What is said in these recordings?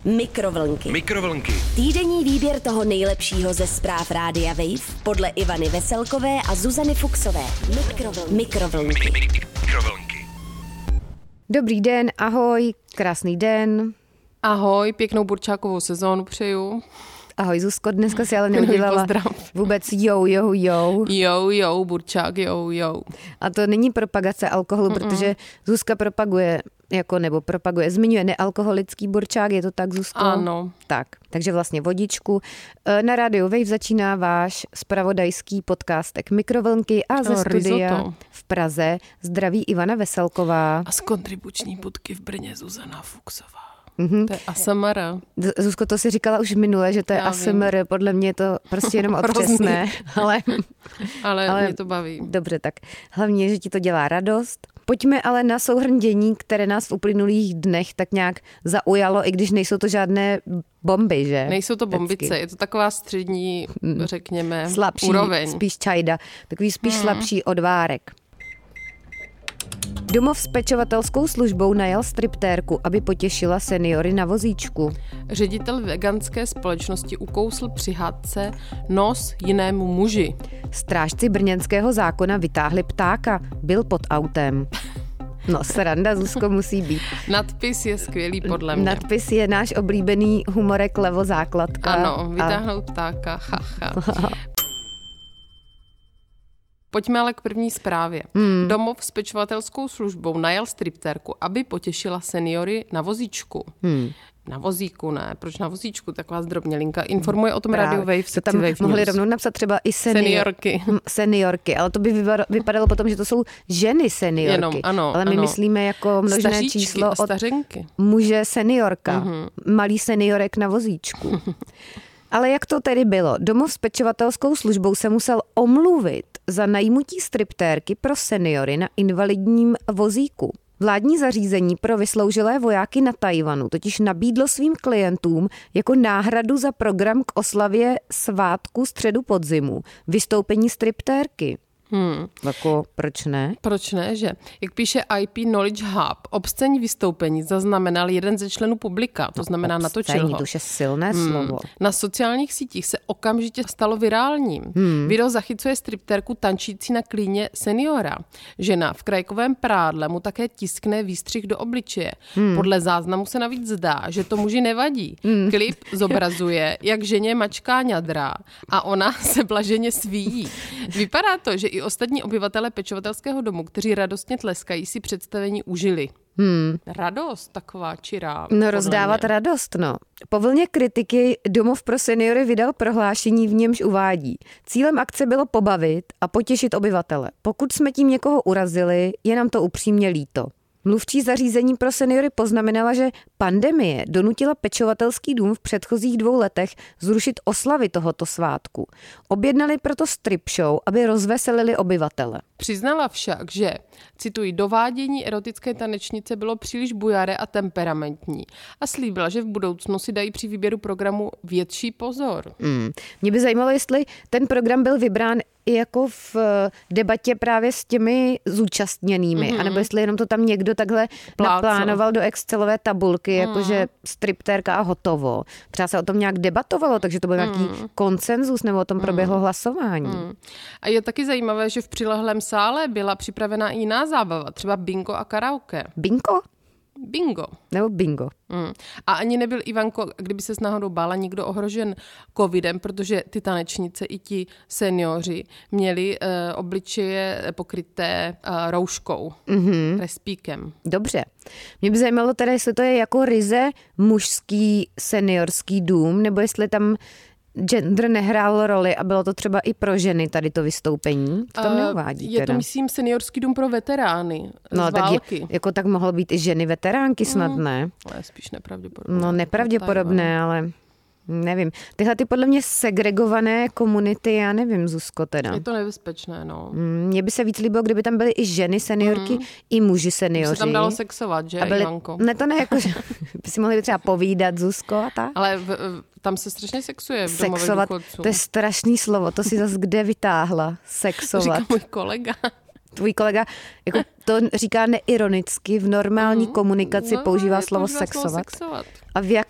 Mikrovlnky. Týdenní výběr toho nejlepšího ze zpráv Rádia Wave podle Ivany Veselkové a Zuzany Fuxové. Mikrovlnky. Dobrý den, ahoj, krásný den. Ahoj, pěknou burčákovou sezónu přeju. Ahoj Zuzko, dneska si ale neudělala vůbec jo. Jo, burčák, jo. A to není propagace alkoholu, protože Zuzka zmiňuje nealkoholický burčák, je to tak, Zuzko? Ano. Tak, takže vlastně vodičku. Na rádiu Wave začíná váš zpravodajský podcastek Mikrovlnky a ze studia v Praze zdraví Ivana Veselková. A z kontribuční budky v Brně Zuzana Fuxová. To je ASMR. Zuzko, to si říkala už minule, že to je ASMR, podle mě je to prostě jenom otřesné. Ale mě to baví. Dobře, tak hlavně, že ti to dělá radost. Pojďme ale na souhrn dění, které nás v uplynulých dnech tak nějak zaujalo, i když nejsou to žádné bomby, že? Nejsou to bombice, je to taková střední, řekněme, slabší, úroveň. Spíš čajda, takový spíš slabší odvárek. Domov s pečovatelskou službou najal striptérku, aby potěšila seniory na vozíčku. Ředitel veganské společnosti ukousl při hádce nos jinému muži. Strážci brněnského zákona vytáhli ptáka, byl pod autem. No, sranda, Zuzko, musí být. Nadpis je skvělý podle mě. Nadpis je náš oblíbený humorek Levo základka. Ano, vytáhnout ptáka, haha. Pojďme ale k první zprávě. Domov s pečovatelskou službou najal striptérku, aby potěšila seniory na vozíčku. Na vozíku, ne? Proč na vozíčku? Taková zdrobnělinka. Informuje o tom Radio Wave. Se tam mohli rovnou napsat třeba i seniorky, ale to by vypadalo potom, že to jsou ženy seniorky. Jenom, ano, ale my myslíme jako množné staříčky, číslo od stařenky. Muže seniorka. Malý seniorek na vozíčku. Ale jak to tedy bylo? Domov s pečovatelskou službou se musel omluvit za najmutí striptérky pro seniory na invalidním vozíku. Vládní zařízení pro vysloužilé vojáky na Tchaj-wanu totiž nabídlo svým klientům jako náhradu za program k oslavě svátku středu podzimu vystoupení striptérky. Jako, proč ne? Proč ne, že? Jak píše IP Knowledge Hub, obscení vystoupení zaznamenal jeden ze členů publika, to znamená natočil ho. To je silné slovo. Na sociálních sítích se okamžitě stalo virálním. Video zachycuje striptérku tančící na klíně seniora. Žena v krajkovém prádle mu také tiskne výstřih do obličeje. Podle záznamu se navíc zdá, že to muži nevadí. Klip zobrazuje, jak ženě mačká ňadra a ona se blaženě svíjí. Vypadá to, že i ostatní obyvatele pečovatelského domu, kteří radostně tleskají, si představení užili. Radost taková čirá. No rozdávat radost, no. Po vlně kritiky Domov pro seniory vydal prohlášení, v němž uvádí: cílem akce bylo pobavit a potěšit obyvatele. Pokud jsme tím někoho urazili, je nám to upřímně líto. Mluvčí zařízení pro seniory poznamenala, že pandemie donutila pečovatelský dům v předchozích 2 letech zrušit oslavy tohoto svátku. Objednali proto strip show, aby rozveselili obyvatele. Přiznala však, že, cituji, dovádění erotické tanečnice bylo příliš bujaré a temperamentní a slíbila, že v budoucnu si dají při výběru programu větší pozor. Mě by zajímalo, jestli ten program byl vybrán i jako v debatě právě s těmi zúčastněnými, anebo jestli jenom to tam někdo takhle naplánoval do excelové tabulky, jakože striptérka a hotovo. Třeba se o tom nějak debatovalo, takže to byl nějaký konsenzus, nebo o tom proběhlo hlasování. A je taky zajímavé, že v přilehlém sále byla připravena i jiná zábava, třeba bingo a karaoke. Bingo. Nebo bingo. A ani nebyl, Ivanko, kdyby se s náhodou bála, nikdo ohrožen covidem, protože ty tanečnice i ti seniori měli obličeje pokryté rouškou, respíkem. Dobře. Mě by zajímalo teda, jestli to je jako ryze mužský seniorský dům, nebo jestli tam gender nehrál roli a bylo to třeba i pro ženy tady to vystoupení? To tam neuvádí. Je to, myslím, seniorský dům pro veterány z války. Jako tak mohlo být i ženy veteránky snad, ne? Ale spíš nepravděpodobné. No nepravděpodobné, ale nevím. Tyhle ty podle mě segregované komunity, já nevím, Zuzko, teda. Je to nebezpečné, no. Mně by se víc líbilo, kdyby tam byly i ženy seniorky, i muži seniori. By se tam dalo sexovat, že, Ivanko? Ne, to ne, jako, že by si mohli třeba povídat, Zuzko, a tak. Ale tam se strašně sexuje v domově sexovat, důchodců. To je strašný slovo, to si zase kde vytáhla? Sexovat. Říká můj kolega. Tvůj kolega jako to říká neironicky, v normální komunikaci používá slovo sexovat. A v jakém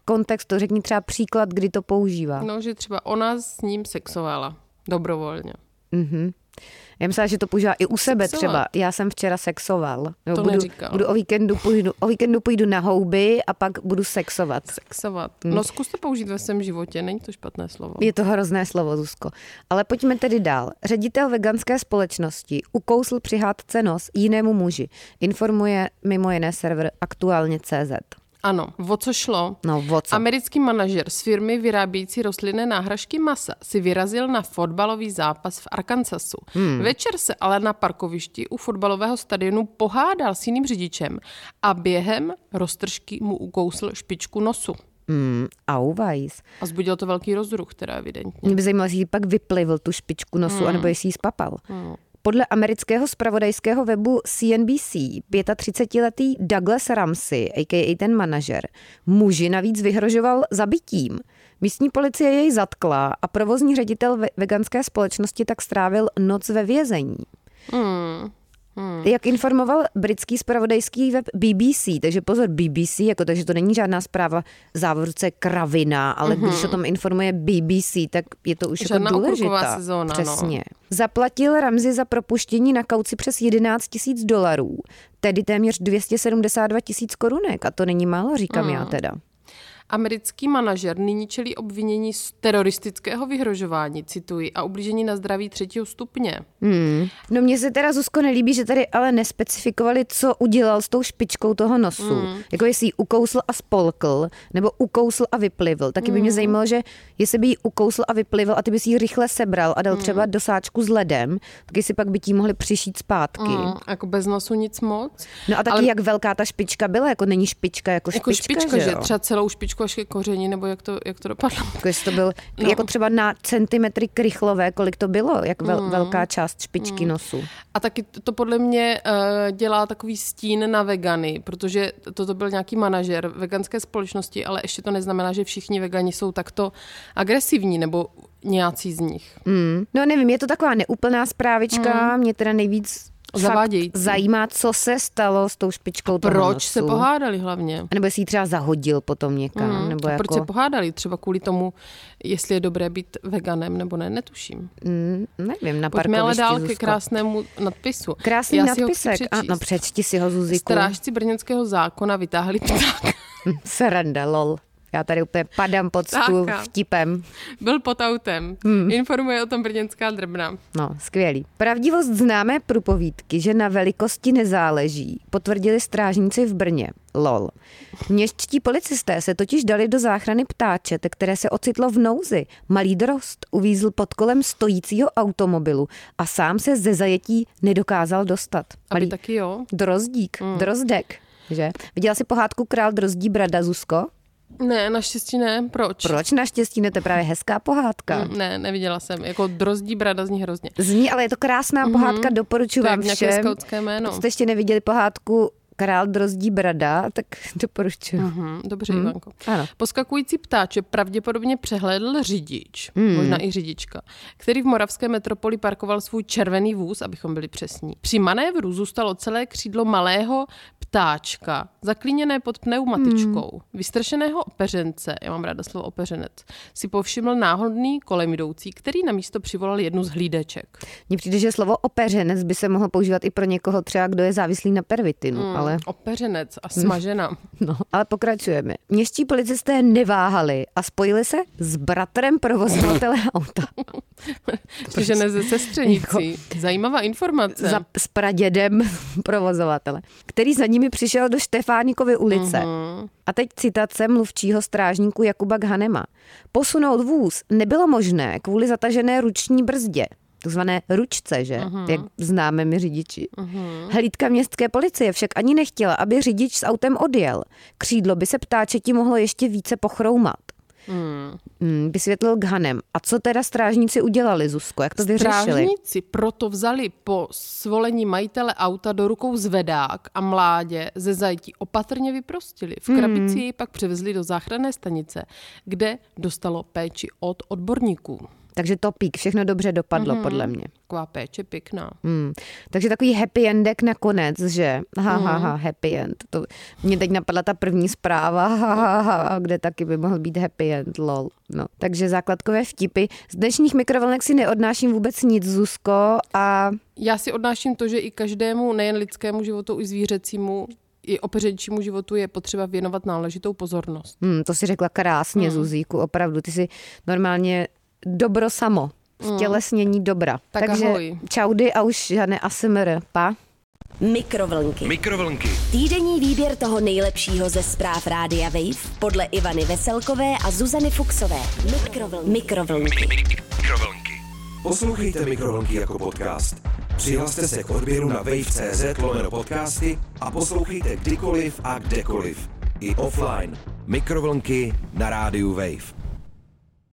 kontext, to řekni třeba příklad, kdy to používá. No, že třeba ona s ním sexovala dobrovolně. Mhm. Já myslela, že to používá i u sebe třeba. Já jsem včera sexoval. To neříkal. Budu o víkendu půjdu na houby a pak budu sexovat. No zkus to použít ve svém životě, není to špatné slovo. Je to hrozné slovo, Zuzko. Ale pojďme tedy dál. Ředitel veganské společnosti ukousl při hádce nos jinému muži. Informuje mimo jiné server Aktuálně.cz. Ano, o co šlo? No, o co? Americký manažer z firmy vyrábějící rostlinné náhražky masa si vyrazil na fotbalový zápas v Arkansasu. Večer se ale na parkovišti u fotbalového stadionu pohádal s jiným řidičem a během roztržky mu ukousl špičku nosu. Auweis. A vzbudilo to velký rozruch, teda evidentně. Mě by zajímalo, jestli pak vyplivl tu špičku nosu, anebo jestli ji spapal. Podle amerického zpravodajského webu CNBC 35letý Douglas Ramsey, a.k.a. ten manažer, muži navíc vyhrožoval zabitím. Místní policie jej zatkla a provozní ředitel veganské společnosti tak strávil noc ve vězení. Jak informoval britský zpravodajský web BBC, takže pozor, BBC, takže to není žádná zpráva závodce kravina, ale když o tom informuje BBC, tak je to už žádná jako důležitá. Sezóna, přesně. No. Zaplatil Ramsey za propuštění na kauci přes $11,000, tedy téměř 272 000 korunek a to není málo, říkám já teda. Americký manažer nyní čelí obvinění z teroristického vyhrožování, cituji, a ublížení na zdraví 3. stupně. No mně se teda, Zuzko, nelíbí, že tady ale nespecifikovali, co udělal s tou špičkou toho nosu. Jako jestli ji ukousl a spolkl, nebo ukousl a vyplivl. Taky by mě zajímalo, že jestli by ji ukousl a vyplivl a ty bys ji rychle sebral a dal třeba do sáčku s ledem, tak jestli pak by ti mohli přišít zpátky. Jako bez nosu nic moc. No a taky jak velká ta špička byla, jako není špička jako špička, že třeba celou špičku až ke koření, nebo jak to dopadlo. To byl jako třeba na centimetry krychlové, kolik to bylo, jak velká část špičky nosu. A taky to podle mě dělá takový stín na vegany, protože toto byl nějaký manažer veganské společnosti, ale ještě to neznamená, že všichni vegani jsou takto agresivní, nebo nějací z nich. No nevím, je to taková neúplná zprávička, mě teda nejvíc zajímá, co se stalo s tou špičkou toho nosu. Proč se pohádali hlavně? A nebo jestli ji třeba zahodil potom někam. Nebo proč se pohádali? Třeba kvůli tomu, jestli je dobré být veganem nebo ne, netuším. Nevím, na Pojďme ale dál ke krásnému nadpisu. Krásný nadpisek. No přečti si ho, Zuziku. Strážci brněnského zákona vytáhli ptáka. Sranda, lol. Já tady úplně padám pod stůl vtipem. Byl pod autem. Informuje o tom brněnská Drbna. No, skvělý. Pravdivost známé průpovídky, že na velikosti nezáleží, potvrdili strážníci v Brně. Lol. Městští policisté se totiž dali do záchrany ptáčete, které se ocitlo v nouzi. Malý drozd uvízl pod kolem stojícího automobilu a sám se ze zajetí nedokázal dostat. Aby taky jo. Drozdík, drozdek. Že? Viděla jsi pohádku Král drozdí brada, Zuzko? Ne, naštěstí ne. Proč? Proč naštěstí ne? To je právě hezká pohádka. Ne, neviděla jsem. Jako drozdí brada zní hrozně. Zní, ale je to krásná pohádka, doporučuji vám všem. To je nějaké skautské jméno. Jste ještě neviděli pohádku Král drozdí brada, tak doporučuji. Dobře, Ivanko. Ano. Poskakující ptáče pravděpodobně přehlédl řidič, možná i řidička, který v moravské metropoli parkoval svůj červený vůz, abychom byli přesní. Při manévru zůstalo celé křídlo malého ptáčka, zaklíněné pod pneumatičkou. Vystršeného opeřence, já mám ráda slovo opeřenec, si povšiml náhodný kolem jdoucí, který na místo přivolal jednu z hlídeček. Mně přijde, že slovo opeřenec by se mohlo používat i pro někoho třeba, kdo je závislý na pervitinu. Ale... Opeřenec a smažena. No, ale pokračujeme. Městští policisté neváhali a spojili se s bratrem provozovatele auta. Protože ne ze sestřenicí. Zajímavá informace. S pradědem provozovatele, který za nimi přišel do Štefánikovy ulice. A teď citace mluvčího strážníku Jakuba Ghanema. Posunout vůz nebylo možné kvůli zatažené ruční brzdě. Takzvané ručce, že? Jak známe my řidiči. Hlídka městské policie však ani nechtěla, aby řidič s autem odjel. Křídlo by se ptáčeti mohlo ještě více pochroumat. Vysvětlil Ghanem. A co teda strážníci udělali, Zuzko? Jak to vyřešili? Strážníci proto vzali po svolení majitele auta do rukou zvedák a mládě ze zajetí opatrně vyprostili. V krabici jej pak převezli do záchranné stanice, kde dostalo péči od odborníků. Takže topík, všechno dobře dopadlo podle mě. Taková péče pěkná. Takže takový happy endek nakonec, že? Happy end. To mě teď napadla ta první zpráva, kde taky by mohl být happy end, lol. No, takže základkové vtipy. Z dnešních mikrovlnek si neodnáším vůbec nic, Zuzko, a... Já si odnáším to, že i každému, nejen lidskému životu, i zvířecímu, i opeřenčímu životu je potřeba věnovat náležitou pozornost. To si řekla krásně, Zuzíku, opravdu. Ty jsi normálně dobro samo. Vtělesnění dobra. Tak takže ahoj. Čaudy a už žádné ASMR. Pa. Mikrovlnky. Týdenní výběr toho nejlepšího ze zpráv Rádia Wave podle Ivany Veselkové a Zuzany Fuksové. Mikrovlnky. Poslouchejte Mikrovlnky jako podcast. Přihlaste se k odběru na wave.cz/podcasty a poslouchejte kdykoliv a kdekoliv. I offline. Mikrovlnky na rádiu Wave.